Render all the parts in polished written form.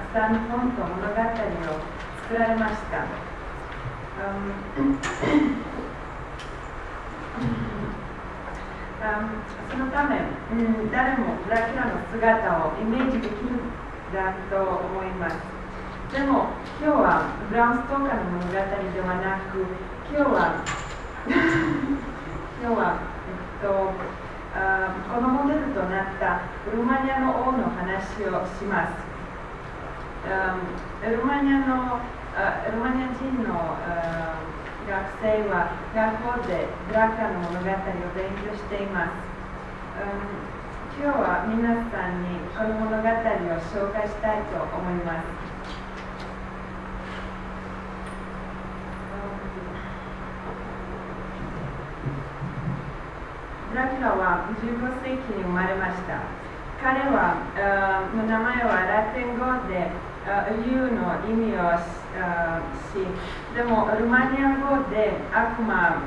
くさんの本と物語を作られました。そのため、誰もドラキュラの姿をイメージできるだと思います。でも今日はブラウンストーカーの物語ではなく、今日はこのモデルとなったルーマニアの王の話をします。ルーマニア人の学生は学校でドラキュラの物語を勉強しています。今日は皆さんにこの物語を紹介したいと思います。ドラキュラは15世紀に生まれました。彼はの名前はラテン語で竜の意味をし、でもルーマニア語で悪魔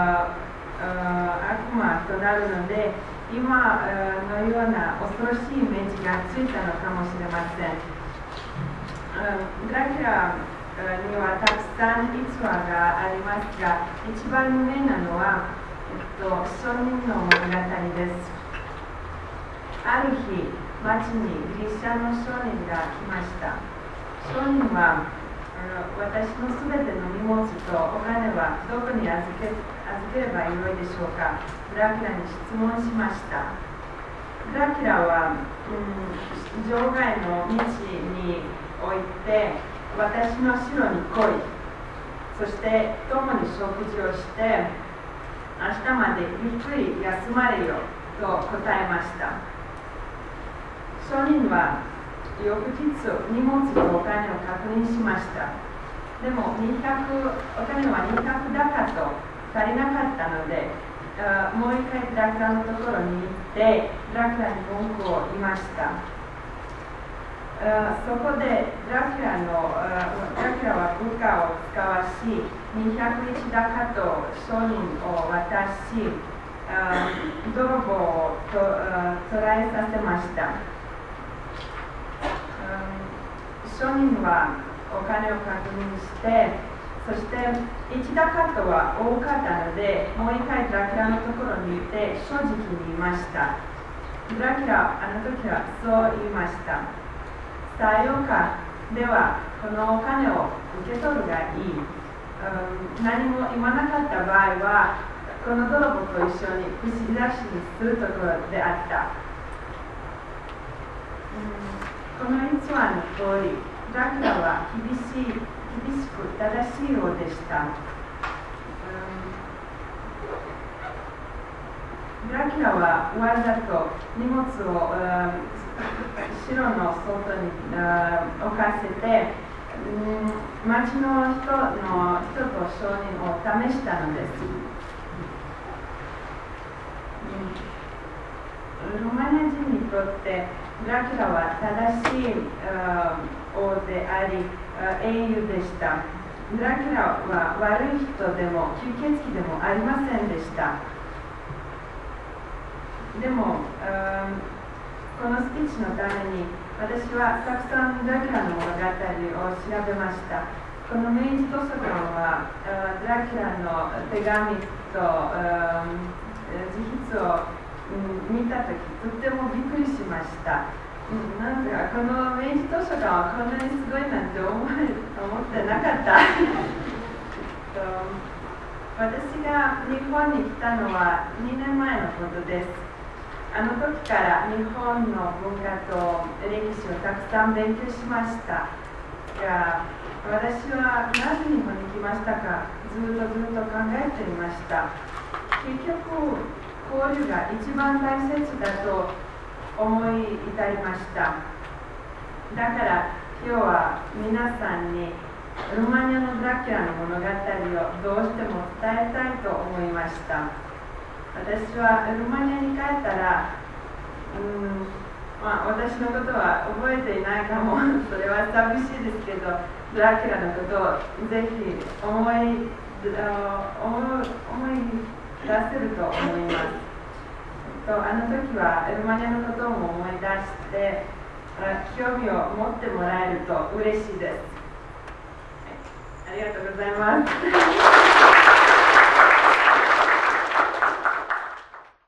となるので、今のような恐ろしいイメージがついたのかもしれません。ドラキュラにはたくさん逸話がありますが、一番有名なのは証人の物語です。ある日、町にギリシャの商人が来ました。商人は、私のすべての荷物とお金はどこに預ければよいでしょうか。ドラキュラに質問しました。ドラキュラは、場外の道に置いて、私の城に来い。そして共に食事をして、明日までゆっくり休まれよと答えました。商人は翌日、荷物とお金を確認しました。でもお金は200ダカと足りなかったので、もう一回ドラキュラのところに行って、ドラキュラに文句を言いました。そこでドラキュラは部下を使わし、201ダカと商人を渡し、泥棒を捕らえさせました。商人はお金を確認して、そして1ダカとは多かったので、もう一回ドラキュラのところに行って正直に言いました。ドラキュラはあの時はそう言いました。さようか。では、このお金を受け取るがいい。何も言わなかった場合は、この泥棒と一緒に串刺しにするところであった。この逸話の通り、ドラキュラは厳しく正しいようでした。ドラキュラはわざと荷物を城の外に置かせて、町の人と商人を試したのです。ルーマニア人にとってドラキュラは正しい王であり英雄でした。ドラキュラは悪い人でも吸血鬼でもありませんでした。でもこのスピーチのために私はたくさんドラキュラの物語を調べました。この明治図書館はドラキュラの手紙と自筆を見たときとてもびっくりしました。なんてかこの明治図書館はこんなにすごいなんて思ってなかった。私が日本に来たのは2年前のことです。あの時から日本の文化と歴史をたくさん勉強しましたが、私はなぜ日本に来ましたかずっと考えていました。結局交流が一番大切だと思い至りました。だから今日は皆さんにルーマニアのドラキュラの物語をどうしても伝えたいと思いました。私はルーマニアに帰ったら、私のことは覚えていないかもそれは寂しいですけど、ドラキュラのことをぜひ思い出せると思います。あの時はルーマニアのことも思い出して、 興味を持ってもらえると嬉しいです。はい、ありがとうございます。